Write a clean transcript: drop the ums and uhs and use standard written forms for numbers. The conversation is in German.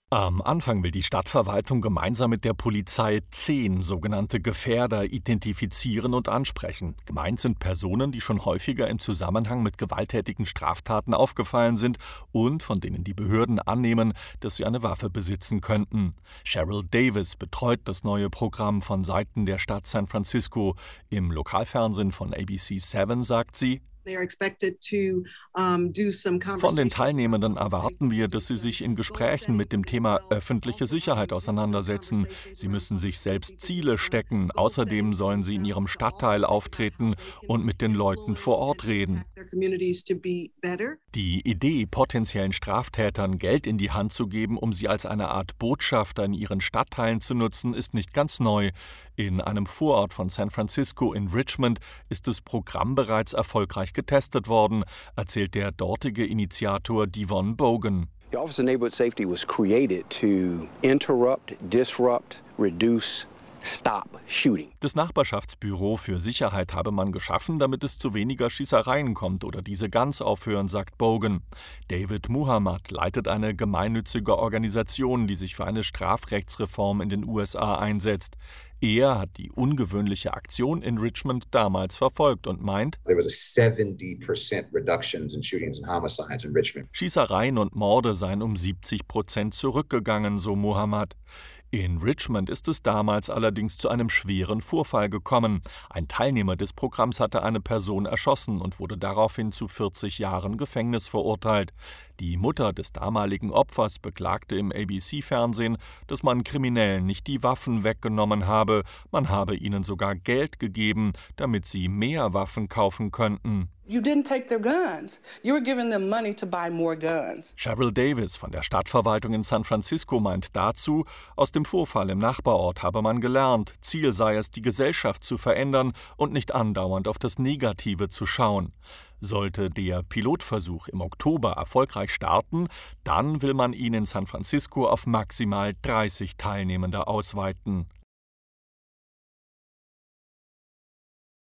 Am Anfang will die Stadtverwaltung gemeinsam mit der Polizei 10 sogenannte Gefährder identifizieren und ansprechen. Gemeint sind Personen, die schon häufiger im Zusammenhang mit gewalttätigen Straftaten aufgefallen sind und von denen die Behörden annehmen, dass sie eine Waffe besitzen könnten. Cheryl Davis betreut das neue Programm von Seiten der Stadt San Francisco. Im Lokalfernsehen von ABC7 sagt sie: Von den Teilnehmenden erwarten wir, dass sie sich in Gesprächen mit dem Thema öffentliche Sicherheit auseinandersetzen. Sie müssen sich selbst Ziele stecken. Außerdem sollen sie in ihrem Stadtteil auftreten und mit den Leuten vor Ort reden. Die Idee, potenziellen Straftätern Geld in die Hand zu geben, um sie als eine Art Botschafter in ihren Stadtteilen zu nutzen, ist nicht ganz neu. In einem Vorort von San Francisco in Richmond ist das Programm bereits erfolgreich getestet worden, erzählt der dortige Initiator Devon Bogan. The Office of Neighborhood Safety was created to interrupt, disrupt, reduce, stop shooting. Das Nachbarschaftsbüro für Sicherheit habe man geschaffen, damit es zu weniger Schießereien kommt oder diese ganz aufhören, sagt Bogan. David Muhammad leitet eine gemeinnützige Organisation, die sich für eine Strafrechtsreform in den USA einsetzt. Er hat die ungewöhnliche Aktion in Richmond damals verfolgt und meint, Schießereien und Morde seien um 70% zurückgegangen, so Muhammad. In Richmond ist es damals allerdings zu einem schweren Vorfall gekommen. Ein Teilnehmer des Programms hatte eine Person erschossen und wurde daraufhin zu 40 Jahren Gefängnis verurteilt. Die Mutter des damaligen Opfers beklagte im ABC-Fernsehen, dass man Kriminellen nicht die Waffen weggenommen habe, man habe ihnen sogar Geld gegeben, damit sie mehr Waffen kaufen könnten. You didn't take their guns. You were giving them money to buy more guns. Cheryl Davis von der Stadtverwaltung in San Francisco meint dazu, aus dem Vorfall im Nachbarort habe man gelernt, Ziel sei es, die Gesellschaft zu verändern und nicht andauernd auf das Negative zu schauen. Sollte der Pilotversuch im Oktober erfolgreich starten, dann will man ihn in San Francisco auf maximal 30 Teilnehmende ausweiten.